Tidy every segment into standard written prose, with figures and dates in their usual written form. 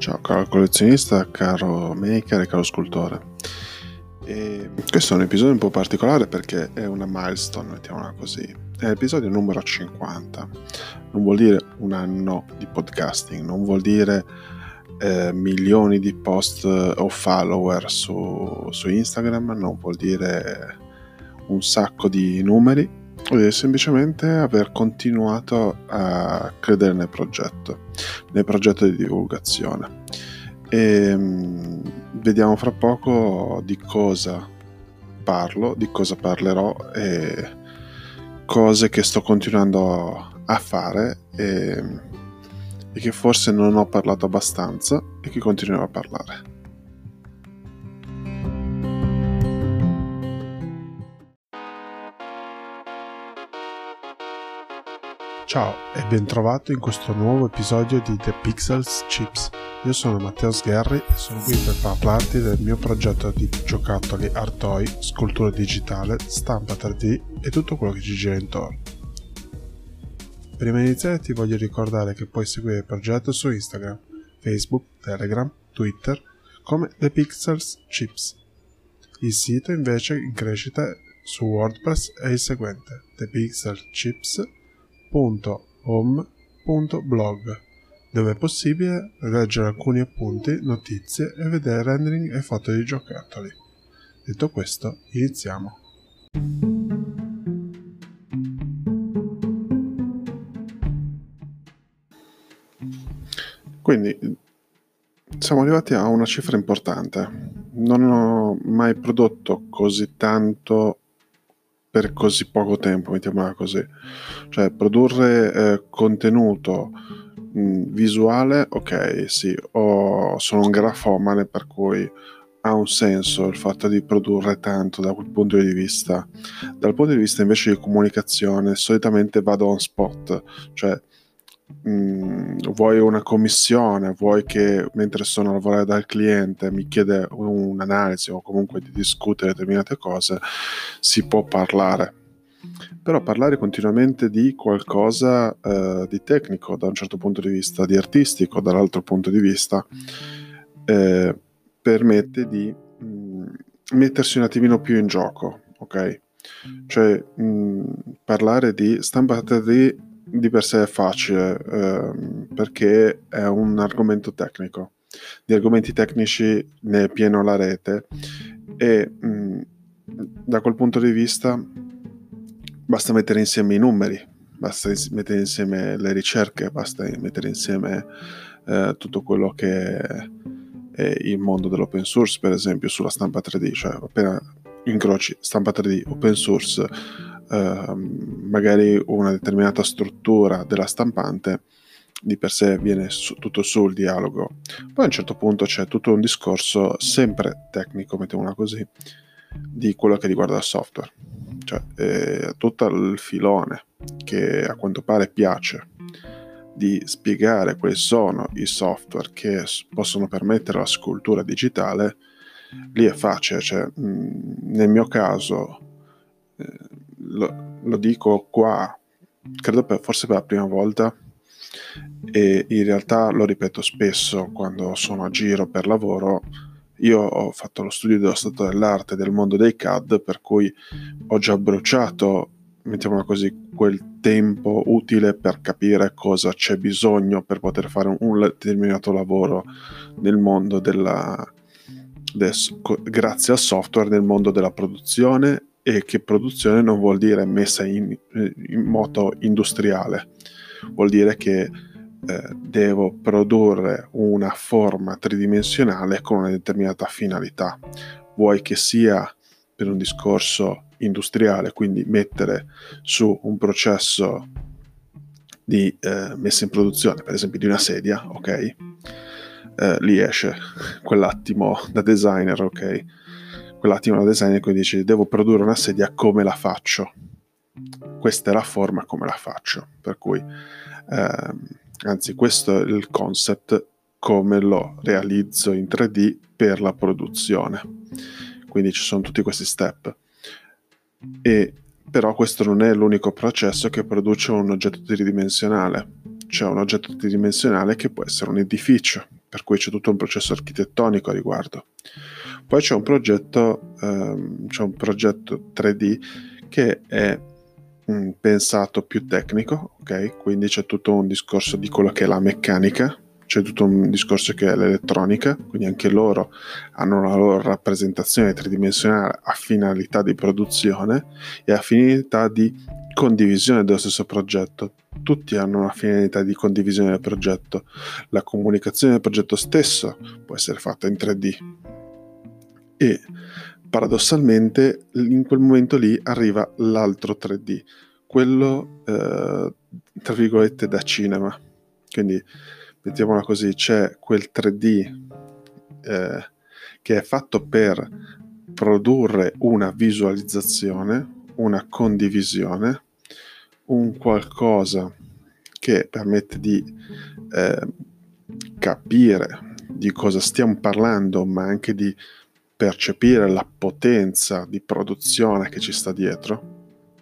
Ciao caro collezionista, caro maker e caro scultore. Questo è un episodio un po' particolare perché è una milestone, mettiamola così. È l'episodio numero 50. Non vuol dire un anno di podcasting, non vuol dire milioni di post o follower su Instagram, non vuol dire un sacco di numeri, vuol dire semplicemente aver continuato a credere nel progetto di divulgazione. E vediamo fra poco di cosa parlo, di cosa parlerò e cose che sto continuando a fare e che forse non ho parlato abbastanza e che continuerò a parlare. Ciao e ben trovato in questo nuovo episodio di The Pixels Chips. Io sono Matteo Sgherri e sono qui per parlarti del mio progetto di giocattoli art toy, scultura digitale, stampa 3D e tutto quello che ci gira intorno. Prima di iniziare ti voglio ricordare che puoi seguire il progetto su Instagram, Facebook, Telegram, Twitter come The Pixels Chips. Il sito invece in crescita su WordPress è il seguente: thepixelchips.home.blog, dove è possibile leggere alcuni appunti, notizie e vedere rendering e foto di giocattoli. Detto questo, iniziamo. Quindi siamo arrivati a una cifra importante. Non ho mai prodotto così tanto per così poco tempo, mettiamola così. Cioè produrre contenuto visuale, ok, sì, sono un grafomane, per cui ha un senso il fatto di produrre tanto da quel punto di vista. Dal punto di vista invece di comunicazione, solitamente vado on spot, cioè vuoi una commissione, vuoi che mentre sono a lavorare dal cliente mi chiede un'analisi o comunque di discutere determinate cose, si può parlare. Però parlare continuamente di qualcosa di tecnico da un certo punto di vista, di artistico dall'altro punto di vista, permette di mettersi un attimino più in gioco, ok? Cioè parlare di stampa 3D di per sé è facile perché è un argomento tecnico. Di argomenti tecnici ne è pieno la rete e da quel punto di vista basta mettere insieme i numeri, basta mettere insieme le ricerche, basta mettere insieme tutto quello che è il mondo dell'open source, per esempio sulla stampa 3D, cioè appena incroci stampa 3D, open source, magari una determinata struttura della stampante, di per sé viene tutto sul dialogo. Poi a un certo punto c'è tutto un discorso sempre tecnico, mettiamola così, di quello che riguarda il software, cioè tutto il filone che a quanto pare piace di spiegare quali sono i software che possono permettere la scultura digitale. Lì è facile, cioè nel mio caso lo dico qua, credo forse per la prima volta, e in realtà lo ripeto spesso quando sono a giro per lavoro. Io ho fatto lo studio dello stato dell'arte del mondo dei CAD, per cui ho già bruciato, mettiamola così, quel tempo utile per capire cosa c'è bisogno per poter fare un determinato lavoro nel mondo grazie al software, nel mondo della produzione, e che produzione non vuol dire messa in moto industriale, vuol dire che devo produrre una forma tridimensionale con una determinata finalità, vuoi che sia per un discorso industriale, quindi mettere su un processo di messa in produzione, per esempio di una sedia, ok? Lì esce quell'attimo da designer, ok? Quell'attimo da designer, quindi dici devo produrre una sedia, come la faccio? Questa è la forma, come la faccio? Per cui anzi, questo è il concept, come lo realizzo in 3D per la produzione. Quindi ci sono tutti questi step. E però questo non è l'unico processo che produce un oggetto tridimensionale. C'è un oggetto tridimensionale che può essere un edificio, per cui c'è tutto un processo architettonico a riguardo. Poi c'è un progetto 3D che è pensato più tecnico, ok? Quindi c'è tutto un discorso di quello che è la meccanica, c'è tutto un discorso che è l'elettronica, quindi anche loro hanno la loro rappresentazione tridimensionale a finalità di produzione e a finalità di condivisione dello stesso progetto. Tutti hanno una finalità di condivisione del progetto. La comunicazione del progetto stesso può essere fatta in 3D e paradossalmente in quel momento lì arriva l'altro 3D, quello tra virgolette da cinema. Quindi mettiamola così, c'è quel 3D che è fatto per produrre una visualizzazione, una condivisione, un qualcosa che permette di capire di cosa stiamo parlando, ma anche di percepire la potenza di produzione che ci sta dietro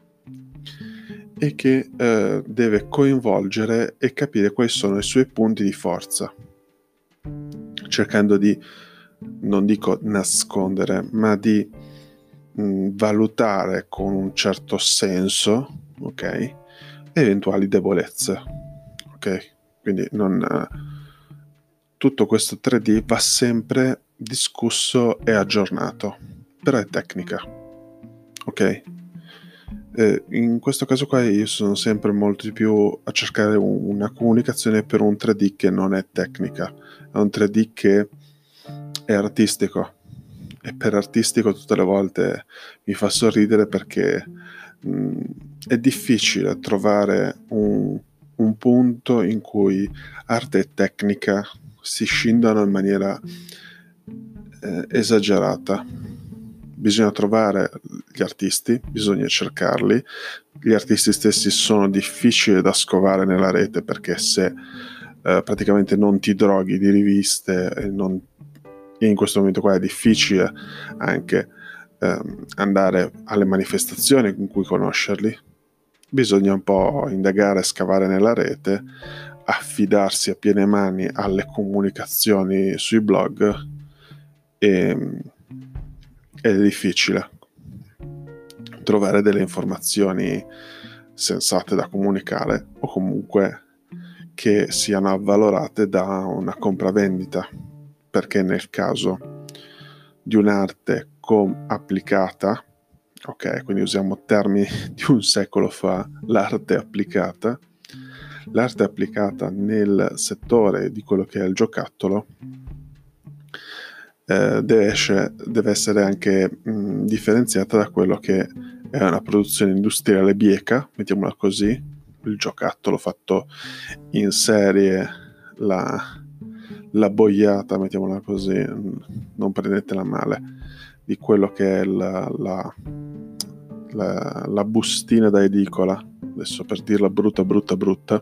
e che deve coinvolgere e capire quali sono i suoi punti di forza, cercando di, non dico nascondere, ma di valutare con un certo senso, ok, eventuali debolezze, ok? Quindi tutto questo 3D va sempre discusso e aggiornato, però è tecnica, ok? In questo caso qua io sono sempre molto di più a cercare una comunicazione per un 3D che non è tecnica, è un 3D che è artistico, e per artistico tutte le volte mi fa sorridere perché è difficile trovare un punto in cui arte e tecnica si scindano in maniera esagerata. Bisogna trovare gli artisti, bisogna cercarli. Gli artisti stessi sono difficili da scovare nella rete perché se praticamente non ti droghi di riviste e in questo momento qua è difficile anche andare alle manifestazioni in cui conoscerli. Bisogna un po' indagare e scavare nella rete, affidarsi a piene mani alle comunicazioni sui blog ed è difficile trovare delle informazioni sensate da comunicare o comunque che siano avvalorate da una compravendita, perché nel caso di un'arte applicata, ok, quindi usiamo termini di un secolo fa, l'arte applicata nel settore di quello che è il giocattolo deve essere anche differenziata da quello che è una produzione industriale bieca, mettiamola così, il giocattolo fatto in serie, la boiata, mettiamola così, non prendetela male, di quello che è la bustina da edicola, adesso per dirla brutta,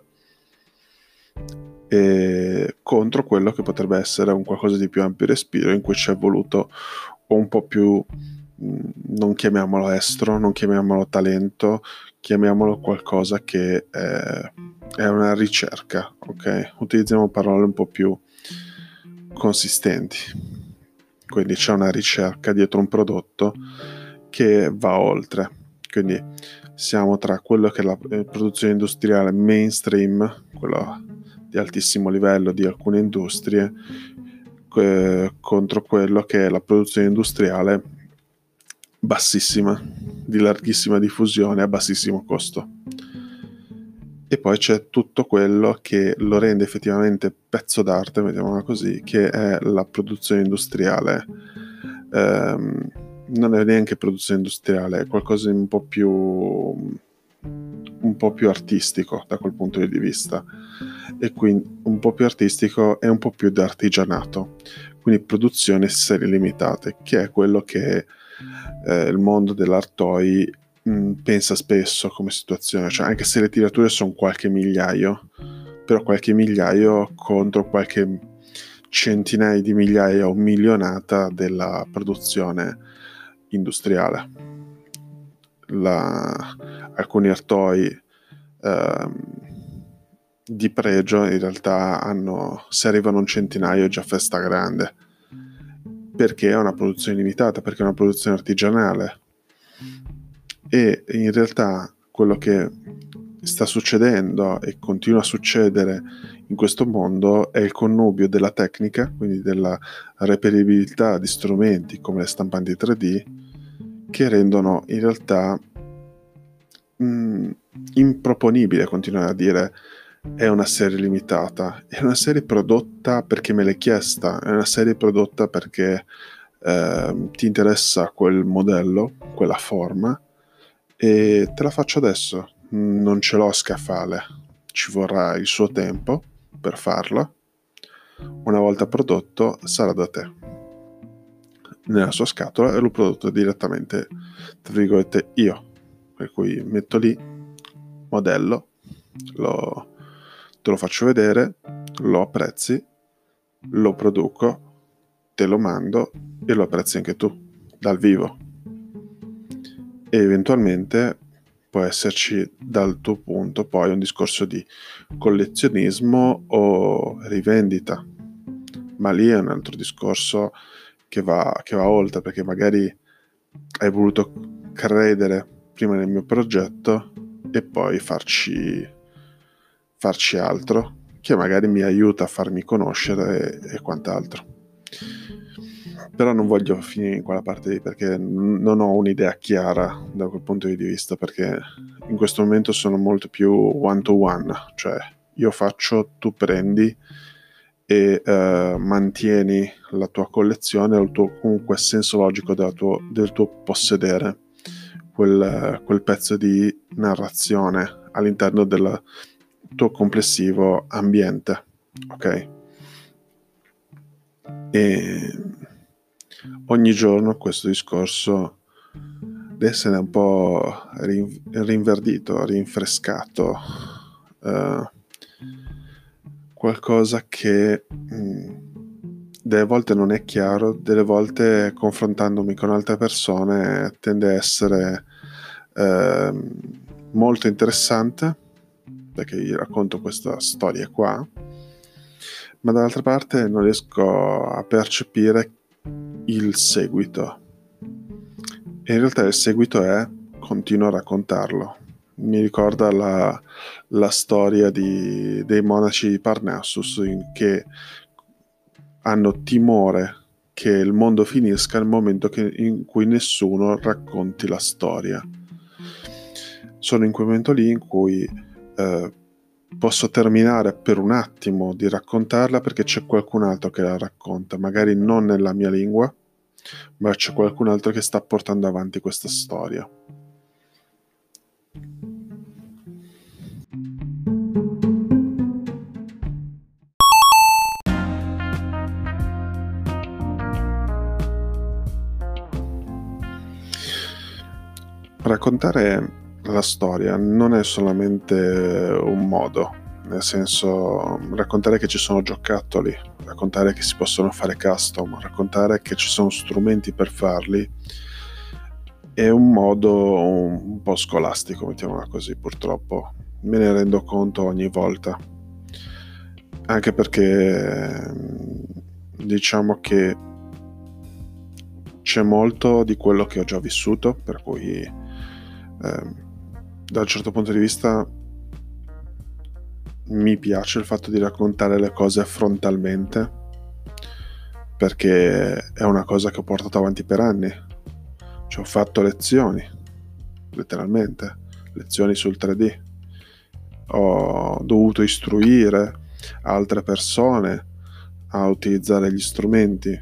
e contro quello che potrebbe essere un qualcosa di più ampio respiro in cui ci è voluto un po' più, non chiamiamolo estro, non chiamiamolo talento, chiamiamolo qualcosa che è una ricerca, ok? Utilizziamo parole un po' più consistenti, quindi c'è una ricerca dietro un prodotto che va oltre, quindi siamo tra quello che è la produzione industriale mainstream, quello di altissimo livello di alcune industrie, contro quello che è la produzione industriale bassissima, di larghissima diffusione a bassissimo costo. E poi c'è tutto quello che lo rende effettivamente pezzo d'arte, mettiamola così, che è la produzione industriale. Non è neanche produzione industriale, è qualcosa di un po' più artistico da quel punto di vista, e quindi un po' più artistico e un po' più di artigianato, quindi produzioni serie limitate, che è quello che il mondo dell'art toy pensa spesso come situazione, cioè anche se le tirature sono qualche migliaio, però qualche migliaio contro qualche centinaia di migliaia o milionata della produzione industriale. Alcuni art toy di pregio in realtà se arrivano un centinaio è già festa grande, perché è una produzione limitata, perché è una produzione artigianale. E in realtà quello che sta succedendo e continua a succedere in questo mondo è il connubio della tecnica, quindi della reperibilità di strumenti come le stampanti 3D, che rendono in realtà improponibile continuare a dire è una serie limitata. È una serie prodotta perché me l'hai chiesta, è una serie prodotta perché ti interessa quel modello, quella forma, e te la faccio adesso. Non ce l'ho a scaffale, ci vorrà il suo tempo per farla. Una volta prodotto sarà da te nella sua scatola e l'ho prodotto direttamente, tra virgolette, io. Per cui metto lì, modello, te lo faccio vedere, lo apprezzi, lo produco, te lo mando e lo apprezzi anche tu, dal vivo. E eventualmente può esserci dal tuo punto poi un discorso di collezionismo o rivendita, ma lì è un altro discorso che va oltre, perché magari hai voluto credere prima nel mio progetto e poi farci altro che magari mi aiuta a farmi conoscere e quant'altro. Però non voglio finire in quella parte lì, perché non ho un'idea chiara da quel punto di vista, perché in questo momento sono molto più one to one, cioè io faccio, tu prendi e mantieni la tua collezione o il tuo comunque senso logico del tuo possedere quel pezzo di narrazione all'interno del tuo complessivo ambiente, ok? E ogni giorno questo discorso deve essere un po' rinverdito, rinfrescato, qualcosa che delle volte non è chiaro, delle volte confrontandomi con altre persone tende a essere molto interessante, perché gli racconto questa storia qua, ma dall'altra parte non riesco a percepire il seguito. E in realtà il seguito è continuo a raccontarlo. Mi ricorda la storia dei monaci di Parnassus, che hanno timore che il mondo finisca nel momento in cui nessuno racconti la storia. Sono in quel momento lì in cui posso terminare per un attimo di raccontarla perché c'è qualcun altro che la racconta, magari non nella mia lingua, ma c'è qualcun altro che sta portando avanti questa storia. Raccontare la storia non è solamente un modo, nel senso raccontare che ci sono giocattoli, raccontare che si possono fare custom, raccontare che ci sono strumenti per farli è un modo un po' scolastico, mettiamola così, purtroppo me ne rendo conto ogni volta, anche perché diciamo che c'è molto di quello che ho già vissuto, per cui da un certo punto di vista mi piace il fatto di raccontare le cose frontalmente, perché è una cosa che ho portato avanti per anni. Ci ho fatto lezioni, letteralmente, lezioni sul 3D. Ho dovuto istruire altre persone a utilizzare gli strumenti,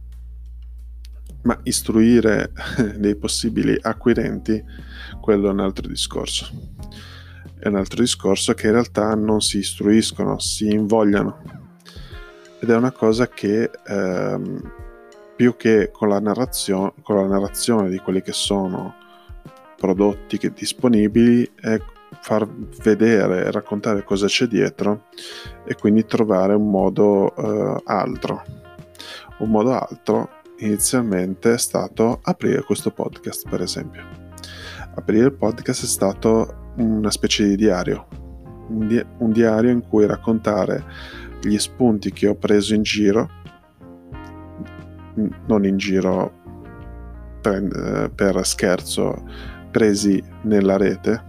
ma istruire dei possibili acquirenti, quello è un altro discorso. È un altro discorso che in realtà non si istruiscono, si invogliano, ed è una cosa che più che con la narrazione di quelli che sono prodotti disponibili, è far vedere e raccontare cosa c'è dietro, e quindi trovare un modo altro. Un modo altro inizialmente è stato aprire questo podcast, per esempio. Aprire il podcast è stato una specie di diario, un diario in cui raccontare gli spunti che ho preso in giro, non in giro per scherzo, presi nella rete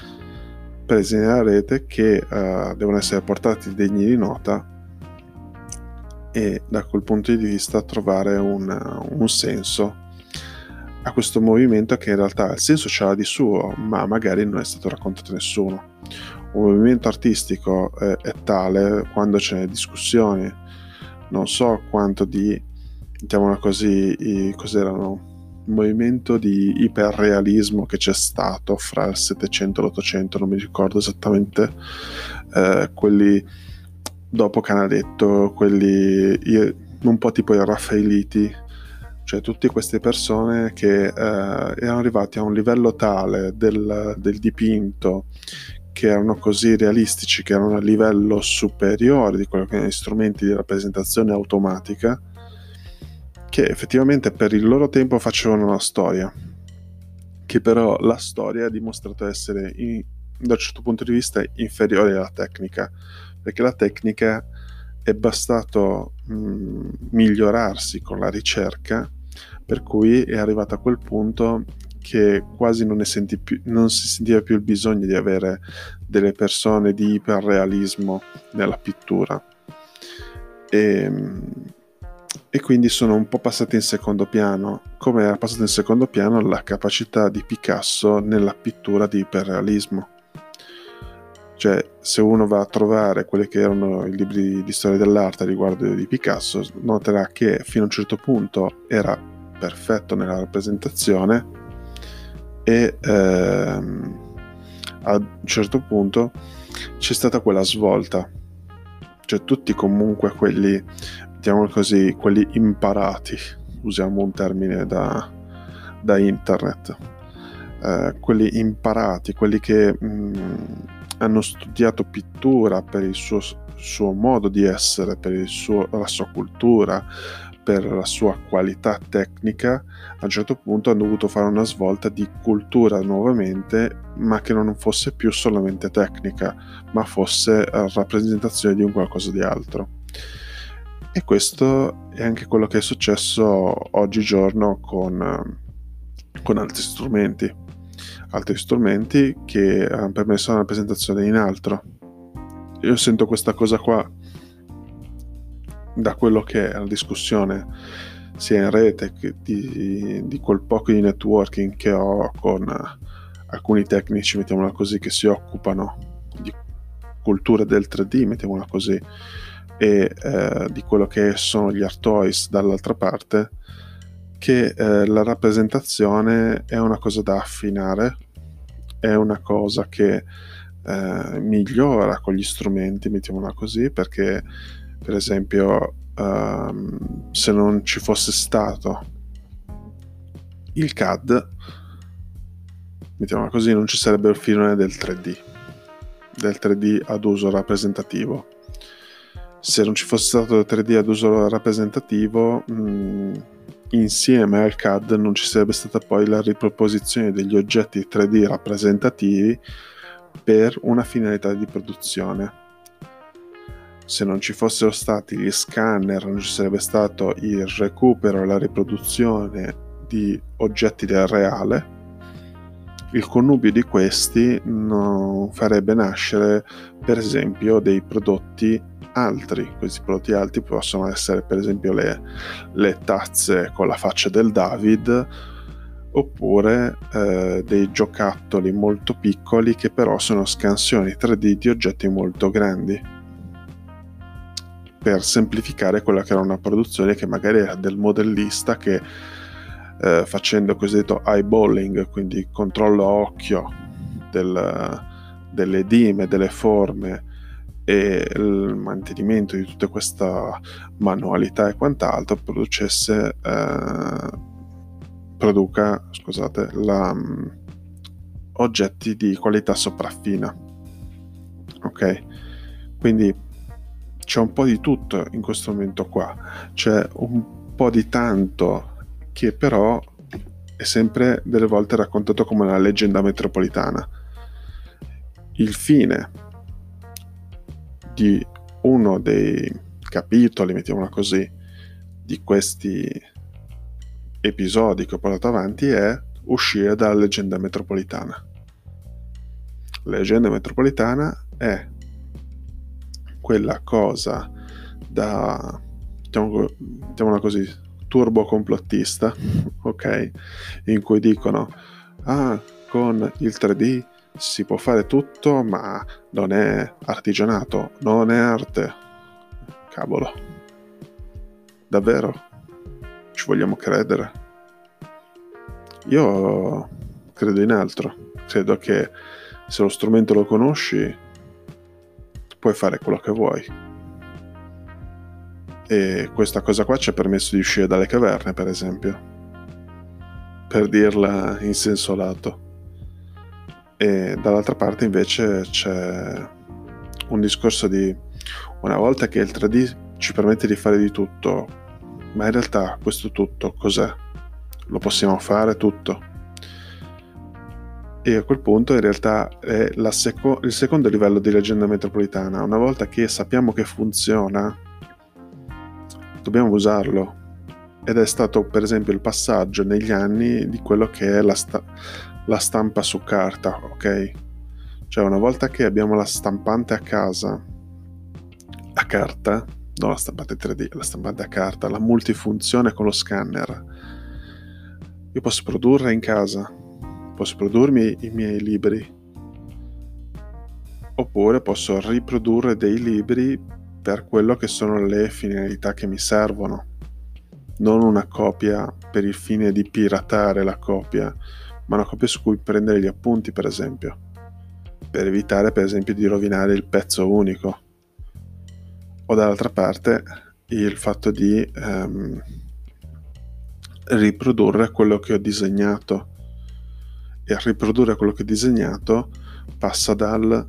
che devono essere portati degni di nota, e da quel punto di vista trovare un senso a questo movimento, che in realtà il senso ce l'ha di suo, ma magari non è stato raccontato a nessuno. Un movimento artistico è tale quando c'è discussioni. Non so quanto di, diciamola così, cos'erano, un movimento di iperrealismo che c'è stato fra il 700 e l'800, non mi ricordo esattamente, quelli dopo Canaletto, quelli un po' tipo i Raffaeliti, cioè tutte queste persone che erano arrivati a un livello tale del dipinto, che erano così realistici, che erano a livello superiore di quello che erano gli strumenti di rappresentazione automatica, che effettivamente per il loro tempo facevano una storia, che però la storia ha dimostrato essere, da un certo punto di vista, inferiore alla tecnica, perché la tecnica è bastato migliorarsi con la ricerca, per cui è arrivato a quel punto che quasi non si sentiva più il bisogno di avere delle persone di iperrealismo nella pittura, e quindi sono un po' passati in secondo piano, come era passata in secondo piano la capacità di Picasso nella pittura di iperrealismo. Cioè, se uno va a trovare quelli che erano i libri di storia dell'arte riguardo di Picasso, noterà che fino a un certo punto era perfetto nella rappresentazione, e a un certo punto c'è stata quella svolta. Cioè, tutti comunque quelli, diciamo così, quelli imparati, usiamo un termine da internet, quelli imparati, quelli che hanno studiato pittura per il suo modo di essere, per la sua cultura, per la sua qualità tecnica, a un certo punto hanno dovuto fare una svolta di cultura nuovamente, ma che non fosse più solamente tecnica, ma fosse rappresentazione di un qualcosa di altro. E questo è anche quello che è successo oggigiorno con altri strumenti che hanno permesso una rappresentazione in altro. Io sento questa cosa qua da quello che è la discussione sia in rete che di quel poco di networking che ho con alcuni tecnici, mettiamola così, che si occupano di cultura del 3D, mettiamola così, e di quello che sono gli art toys dall'altra parte, che la rappresentazione è una cosa da affinare, è una cosa che migliora con gli strumenti, mettiamola così, perché per esempio se non ci fosse stato il CAD, mettiamola così, non ci sarebbe il filone del 3D ad uso rappresentativo. Se non ci fosse stato il 3D ad uso rappresentativo, insieme al CAD non ci sarebbe stata poi la riproposizione degli oggetti 3D rappresentativi per una finalità di produzione. Se non ci fossero stati gli scanner, non ci sarebbe stato il recupero e la riproduzione di oggetti del reale. Il connubio di questi non farebbe nascere, per esempio, dei prodotti altri. Questi prodotti altri possono essere, per esempio, le tazze con la faccia del David, oppure dei giocattoli molto piccoli che però sono scansioni 3D di oggetti molto grandi, per semplificare quella che era una produzione che magari era del modellista che facendo cosiddetto eyeballing, quindi controllo a occhio delle dime, delle forme e il mantenimento di tutta questa manualità e quant'altro, produca oggetti di qualità sopraffina. Ok? Quindi c'è un po' di tutto in questo momento qua, c'è un po' di tanto che però è sempre delle volte raccontato come una leggenda metropolitana. Il fine di uno dei capitoli, mettiamola così, di questi episodi che ho portato avanti è uscire dalla leggenda metropolitana. La leggenda metropolitana è quella cosa da, mettiamola così, turbo complottista, ok? In cui dicono, con il 3D si può fare tutto, ma non è artigianato, non è arte. Cavolo. Davvero? Ci vogliamo credere? Io credo in altro. Credo che se lo strumento lo conosci, puoi fare quello che vuoi. E questa cosa qua ci ha permesso di uscire dalle caverne, per esempio, per dirla in senso lato. E dall'altra parte invece c'è un discorso di una volta che il 3D ci permette di fare di tutto, ma in realtà questo tutto cos'è? Lo possiamo fare tutto? E a quel punto in realtà è il secondo livello di leggenda metropolitana. Una volta che sappiamo che funziona, dobbiamo usarlo. Ed è stato per esempio il passaggio negli anni di quello che è la stampa su carta, ok? Cioè una volta che abbiamo la stampante a casa, a carta, non la stampante 3D, la stampante a carta, la multifunzione con lo scanner, io posso produrre in casa, posso produrmi i miei libri, oppure posso riprodurre dei libri per quello che sono le finalità che mi servono, non una copia per il fine di piratare la copia, ma una copia su cui prendere gli appunti, per esempio, per evitare per esempio di rovinare il pezzo unico. O dall'altra parte il fatto di riprodurre quello che ho disegnato, e riprodurre quello che ho disegnato passa dal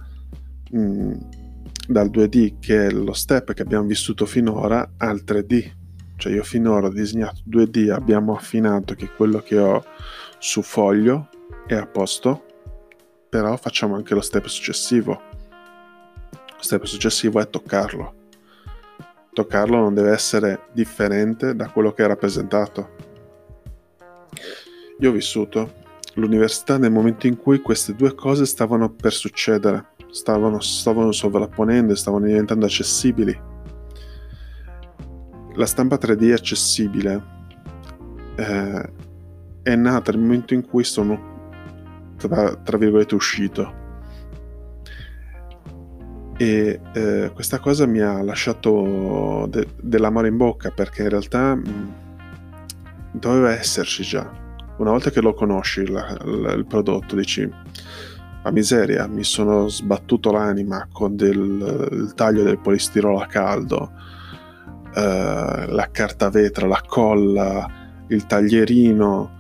2D, che è lo step che abbiamo vissuto finora, al 3D. Cioè io finora ho disegnato 2D, abbiamo affinato che quello che ho su foglio è a posto, però facciamo anche lo step successivo. Lo step successivo è toccarlo. Toccarlo non deve essere differente da quello che è rappresentato. Io ho vissuto l'università nel momento in cui queste due cose stavano per succedere, stavano sovrapponendo e stavano diventando accessibili. La stampa 3D accessibile è nata nel momento in cui sono tra virgolette uscito, e questa cosa mi ha lasciato dell'amore in bocca, perché in realtà doveva esserci già. Una volta che lo conosci il prodotto, dici a miseria, mi sono sbattuto l'anima con il taglio del polistirolo a caldo, la carta vetra, la colla, il taglierino,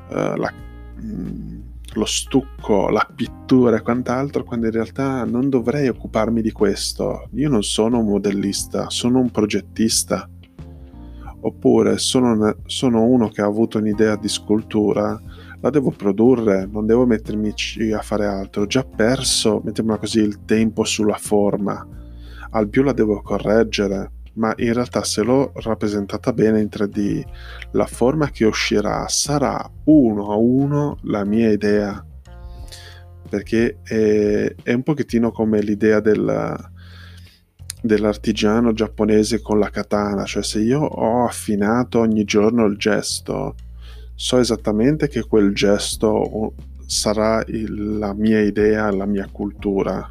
lo stucco, la pittura e quant'altro, quando in realtà non dovrei occuparmi di questo. Io non sono un modellista, sono un progettista. Oppure sono uno che ha avuto un'idea di scultura, la devo produrre, non devo mettermi a fare altro. Ho già perso, mettiamola così, il tempo sulla forma. Al più la devo correggere, ma in realtà se l'ho rappresentata bene in 3D, la forma che uscirà sarà uno a uno la mia idea, perché è un pochettino come l'idea dell'artigiano giapponese con la katana. Cioè se io ho affinato ogni giorno il gesto, so esattamente che quel gesto sarà la mia idea, la mia cultura.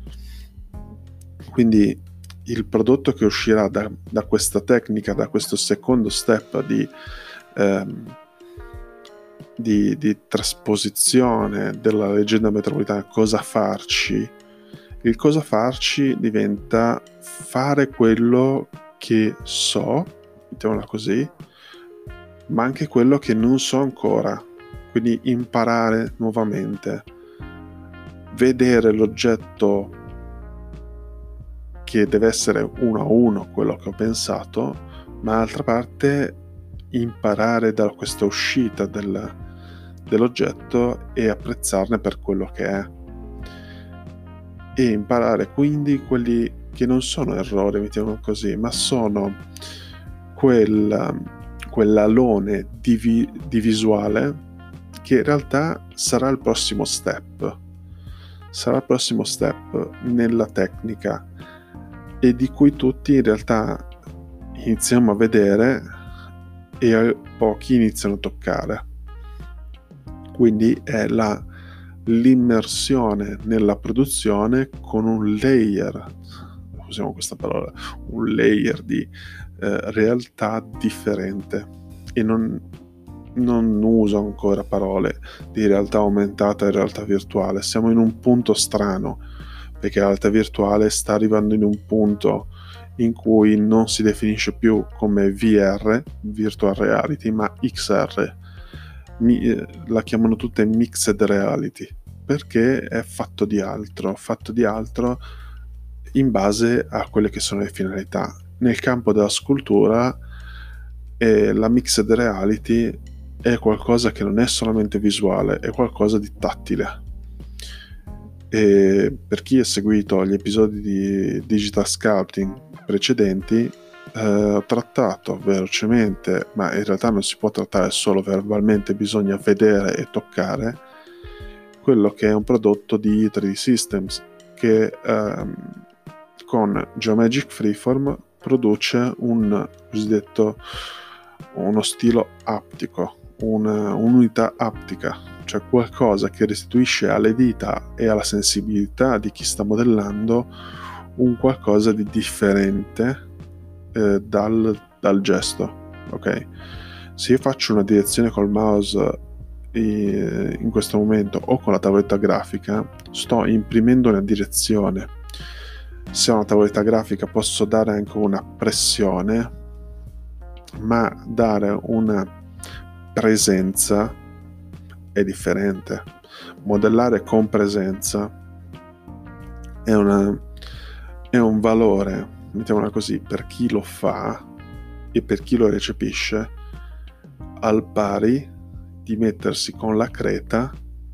Quindi il prodotto che uscirà da questa tecnica, da questo secondo step di trasposizione della leggenda metropolitana, cosa farci, il cosa farci diventa fare quello che so, mettiamola così, ma anche quello che non so ancora, quindi imparare nuovamente, vedere l'oggetto che deve essere uno a uno quello che ho pensato, ma d'altra parte imparare da questa uscita dell'oggetto e apprezzarne per quello che è. e imparare quindi quelli che non sono errori, mettiamo così, ma sono quell'alone di visuale che in realtà sarà il prossimo step nella tecnica e di cui tutti in realtà iniziamo a vedere e pochi iniziano a toccare. Quindi è l'immersione nella produzione con un layer, usiamo questa parola, un layer di realtà differente, e non uso ancora parole di realtà aumentata e realtà virtuale. Siamo in un punto strano, perché la realtà virtuale sta arrivando in un punto in cui non si definisce più come VR, virtual reality, ma XR. La chiamano tutte mixed reality, perché è fatto di altro in base a quelle che sono le finalità. Nel campo della scultura la mixed reality è qualcosa che non è solamente visuale, è qualcosa di tattile. E per chi ha seguito gli episodi di Digital Sculpting precedenti, ho trattato velocemente, ma in realtà non si può trattare solo verbalmente, bisogna vedere e toccare quello che è un prodotto di 3D Systems che con Geomagic Freeform produce un cosiddetto uno stilo aptico, un'unità aptica, cioè qualcosa che restituisce alle dita e alla sensibilità di chi sta modellando un qualcosa di differente dal gesto. Ok, se io faccio una direzione col mouse in questo momento o con la tavoletta grafica, sto imprimendo una direzione. Se ho una tavoletta grafica posso dare anche una pressione, ma dare una presenza è differente. Modellare con presenza è un valore, mettiamola così, per chi lo fa e per chi lo recepisce, al pari di mettersi con la creta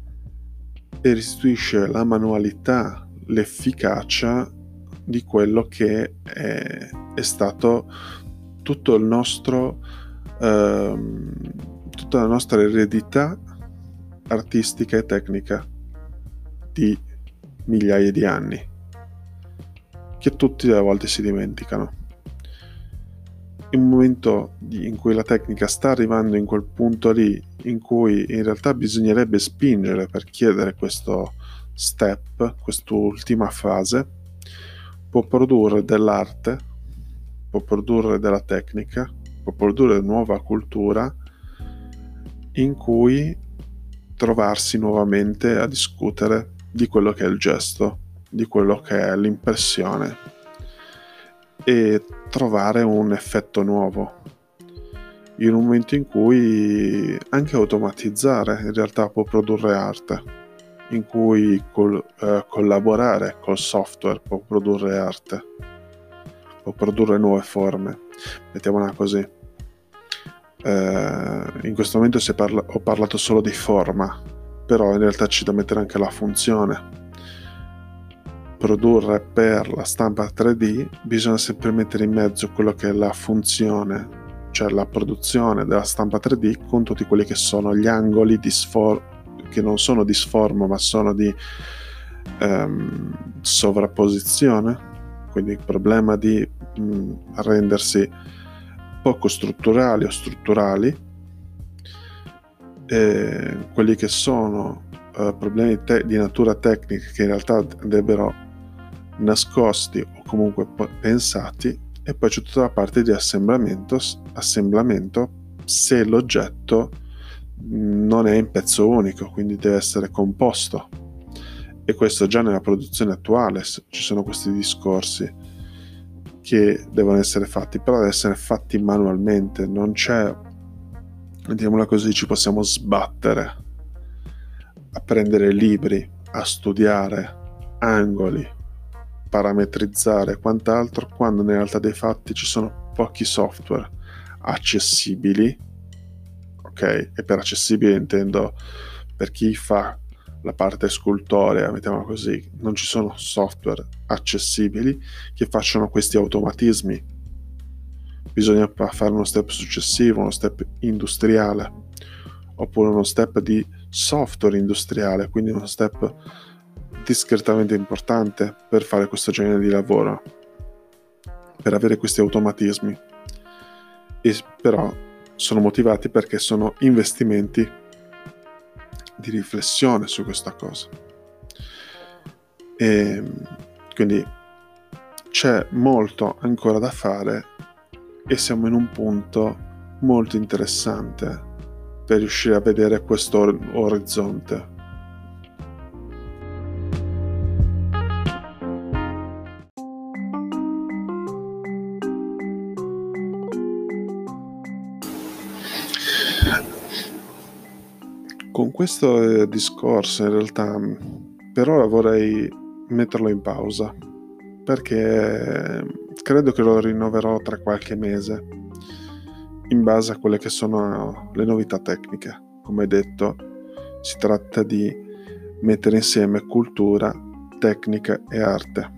e restituisce la manualità, l'efficacia di quello che è stato tutto il nostro tutta la nostra eredità artistica e tecnica di migliaia di anni, che tutti a volte si dimenticano. In un momento in cui la tecnica sta arrivando in quel punto lì, in cui in realtà bisognerebbe spingere per chiedere questo step, quest'ultima fase, può produrre dell'arte, può produrre della tecnica, può produrre nuova cultura in cui trovarsi nuovamente a discutere di quello che è il gesto, di quello che è l'impressione e trovare un effetto nuovo in un momento in cui anche automatizzare in realtà può produrre arte, in cui collaborare col software può produrre arte, può produrre nuove forme, mettiamola così. In questo momento ho parlato solo di forma, però in realtà c'è da mettere anche la funzione. Produrre per la stampa 3D bisogna sempre mettere in mezzo quello che è la funzione, cioè la produzione della stampa 3D con tutti quelli che sono gli angoli che non sono di sformo ma sono di sovrapposizione, quindi il problema di rendersi poco strutturali o strutturali, quelli che sono problemi di natura tecnica che in realtà andrebbero nascosti o comunque pensati, e poi c'è tutta la parte di assemblamento se l'oggetto non è in pezzo unico, quindi deve essere composto, e questo già nella produzione attuale ci sono questi discorsi che devono essere fatti, però devono essere fatti manualmente, non c'è, diciamola così, ci possiamo sbattere a prendere libri, a studiare angoli, parametrizzare e quant'altro, quando nella realtà dei fatti ci sono pochi software accessibili, ok? E per accessibile intendo per chi fa la parte scultorea, mettiamola così, non ci sono software accessibili che facciano questi automatismi. Bisogna fare uno step successivo, uno step industriale, oppure uno step di software industriale, quindi uno step discretamente importante per fare questo genere di lavoro, per avere questi automatismi. E però sono motivati perché sono investimenti di riflessione su questa cosa. E quindi c'è molto ancora da fare e siamo in un punto molto interessante per riuscire a vedere questo orizzonte. Con questo discorso in realtà per ora vorrei metterlo in pausa, perché credo che lo rinnoverò tra qualche mese in base a quelle che sono le novità tecniche. Come detto, si tratta di mettere insieme cultura, tecnica e arte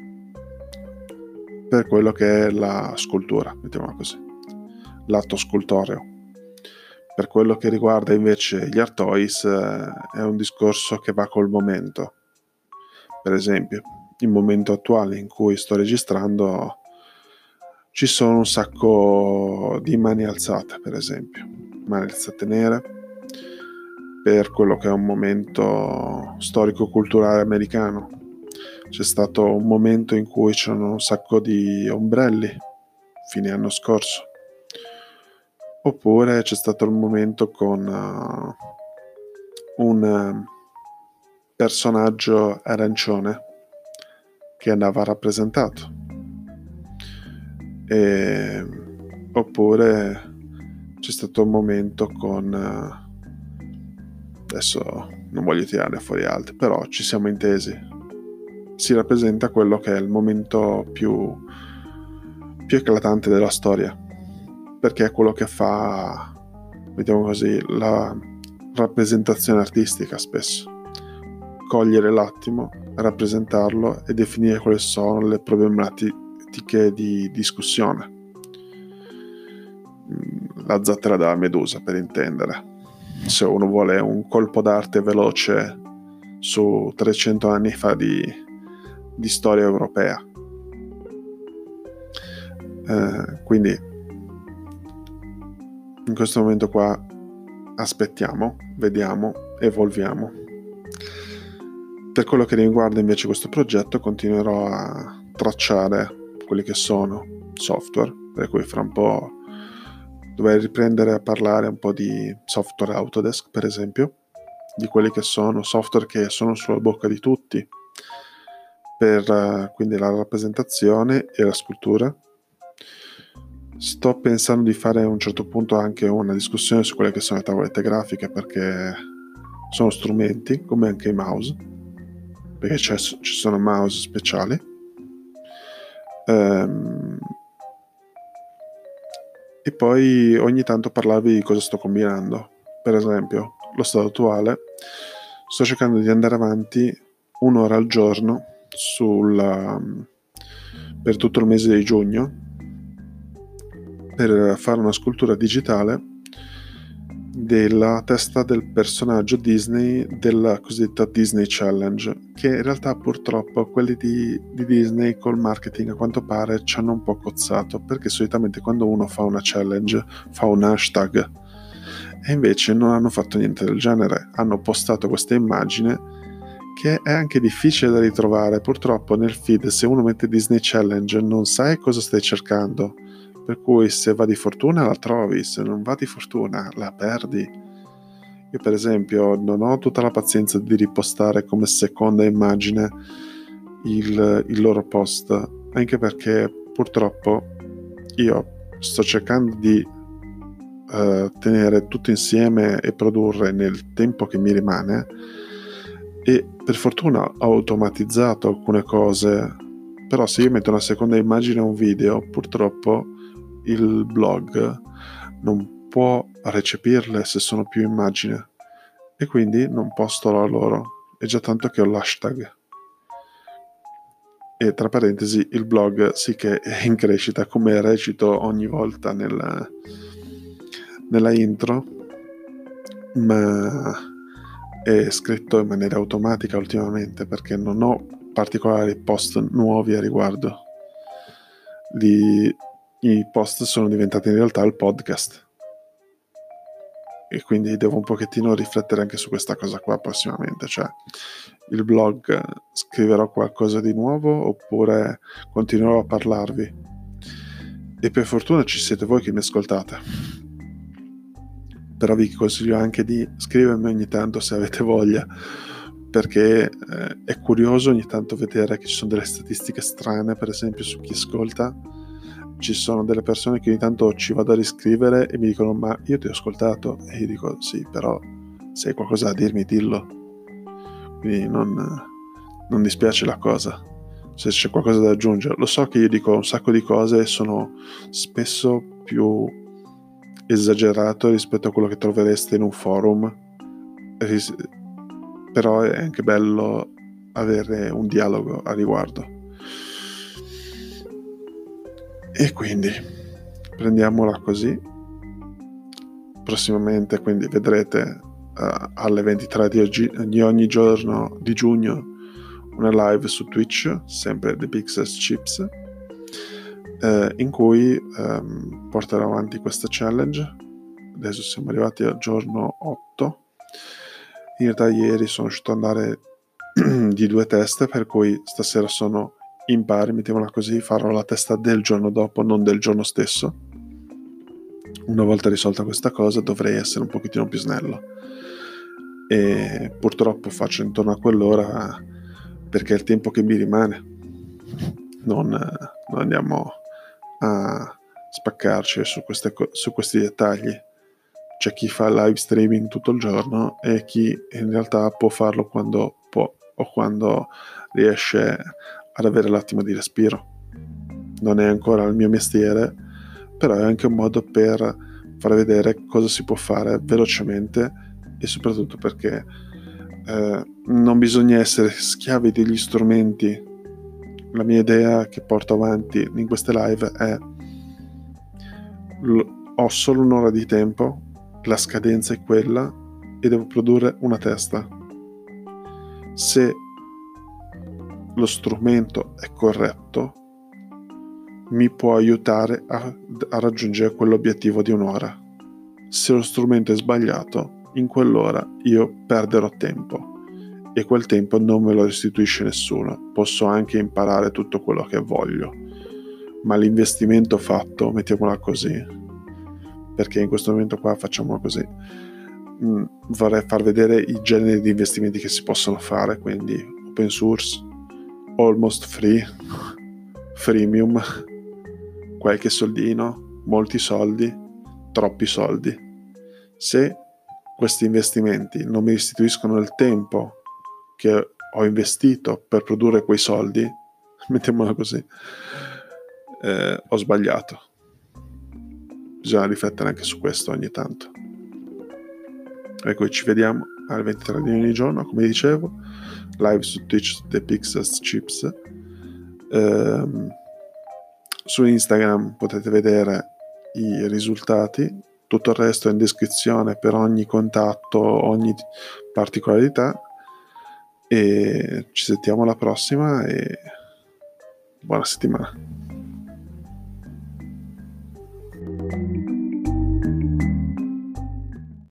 per quello che è la scultura, mettiamola così, l'atto scultoreo. Per quello che riguarda invece gli art toys è un discorso che va col momento. Per esempio, il momento attuale in cui sto registrando ci sono un sacco di mani alzate, per esempio, mani alzate nere, per quello che è un momento storico-culturale americano. C'è stato un momento in cui c'erano un sacco di ombrelli, fine anno scorso. Oppure c'è stato il momento con un personaggio arancione che andava rappresentato. Oppure c'è stato un momento con adesso non voglio tirare fuori altri, però ci siamo intesi. Si rappresenta quello che è il momento più eclatante della storia, perché è quello che fa, mettiamo così, la rappresentazione artistica spesso. Cogliere l'attimo, rappresentarlo e definire quali sono le problematiche di discussione. La zattera della Medusa, per intendere. Se uno vuole un colpo d'arte veloce su 300 anni fa di storia europea. Quindi in questo momento qua aspettiamo, vediamo, evolviamo. Per quello che riguarda invece questo progetto continuerò a tracciare quelli che sono software, per cui fra un po' dovrei riprendere a parlare un po' di software Autodesk, per esempio, di quelli che sono software che sono sulla bocca di tutti per quindi la rappresentazione e la scultura. Sto pensando di fare a un certo punto anche una discussione su quelle che sono le tavolette grafiche, perché sono strumenti come anche i mouse, perché ci sono mouse speciali. E poi ogni tanto parlarvi di cosa sto combinando. Per esempio, lo stato attuale, sto cercando di andare avanti un'ora al giorno per tutto il mese di giugno, per fare una scultura digitale della testa del personaggio Disney della cosiddetta Disney Challenge, che in realtà purtroppo quelli di Disney col marketing a quanto pare ci hanno un po' cozzato, perché solitamente quando uno fa una challenge fa un hashtag e invece non hanno fatto niente del genere, hanno postato questa immagine che è anche difficile da ritrovare. Purtroppo nel feed, se uno mette Disney Challenge, non sai cosa stai cercando, per cui se va di fortuna la trovi, se non va di fortuna la perdi. Io per esempio non ho tutta la pazienza di ripostare come seconda immagine il loro post, anche perché purtroppo io sto cercando di tenere tutto insieme e produrre nel tempo che mi rimane, e per fortuna ho automatizzato alcune cose, però se io metto una seconda immagine a un video, purtroppo il blog non può recepirle se sono più immagini, e quindi non posto la loro. È già tanto che ho l'hashtag. E tra parentesi, il blog sì che è in crescita, come recito ogni volta nella intro, ma è scritto in maniera automatica ultimamente perché non ho particolari post nuovi a riguardo. I post sono diventati in realtà il podcast, e quindi devo un pochettino riflettere anche su questa cosa qua prossimamente, cioè il blog scriverò qualcosa di nuovo oppure continuerò a parlarvi, e per fortuna ci siete voi che mi ascoltate, però vi consiglio anche di scrivermi ogni tanto se avete voglia, perché è curioso ogni tanto vedere che ci sono delle statistiche strane, per esempio su chi ascolta. Ci sono delle persone che ogni tanto ci vado a riscrivere e mi dicono: ma io ti ho ascoltato, e io dico: sì, però se hai qualcosa da dirmi dillo, quindi non dispiace la cosa se c'è qualcosa da aggiungere. Lo so che io dico un sacco di cose e sono spesso più esagerato rispetto a quello che trovereste in un forum, però è anche bello avere un dialogo a riguardo. E quindi prendiamola così. Prossimamente quindi vedrete alle 23 di ogni giorno di giugno una live su Twitch, sempre The Pixels Chips, in cui porterò avanti questa challenge. Adesso siamo arrivati al giorno 8. In realtà ieri sono riuscito ad andare di 2 teste, per cui stasera sono in pari, mettiamola così, farò la testa del giorno dopo, non del giorno stesso. Una volta risolta questa cosa dovrei essere un pochettino più snello, e purtroppo faccio intorno a quell'ora perché è il tempo che mi rimane, non andiamo a spaccarci su questi dettagli. C'è chi fa live streaming tutto il giorno e chi in realtà può farlo quando può o quando riesce ad avere l'attimo di respiro. Non è ancora il mio mestiere, però è anche un modo per far vedere cosa si può fare velocemente, e soprattutto perché non bisogna essere schiavi degli strumenti. La mia idea che porto avanti in queste live è: ho solo un'ora di tempo, la scadenza è quella e devo produrre una testa. Se lo strumento è corretto, mi può aiutare a raggiungere quell'obiettivo di un'ora. Se lo strumento è sbagliato, in quell'ora io perderò tempo, e quel tempo non me lo restituisce nessuno. Posso anche imparare tutto quello che voglio, ma l'investimento fatto, mettiamola così, perché in questo momento qua facciamolo così, vorrei far vedere i generi di investimenti che si possono fare, quindi open source, almost free, freemium, qualche soldino, molti soldi, troppi soldi. Se questi investimenti non mi restituiscono il tempo che ho investito per produrre quei soldi, mettiamola così, ho sbagliato. Bisogna riflettere anche su questo ogni tanto. Ecco, ci vediamo alle 23 di ogni giorno, come dicevo, live su Twitch The Pixels Chips. Su Instagram potete vedere i risultati, tutto il resto è in descrizione per ogni contatto, ogni particolarità, e ci sentiamo alla prossima e buona settimana.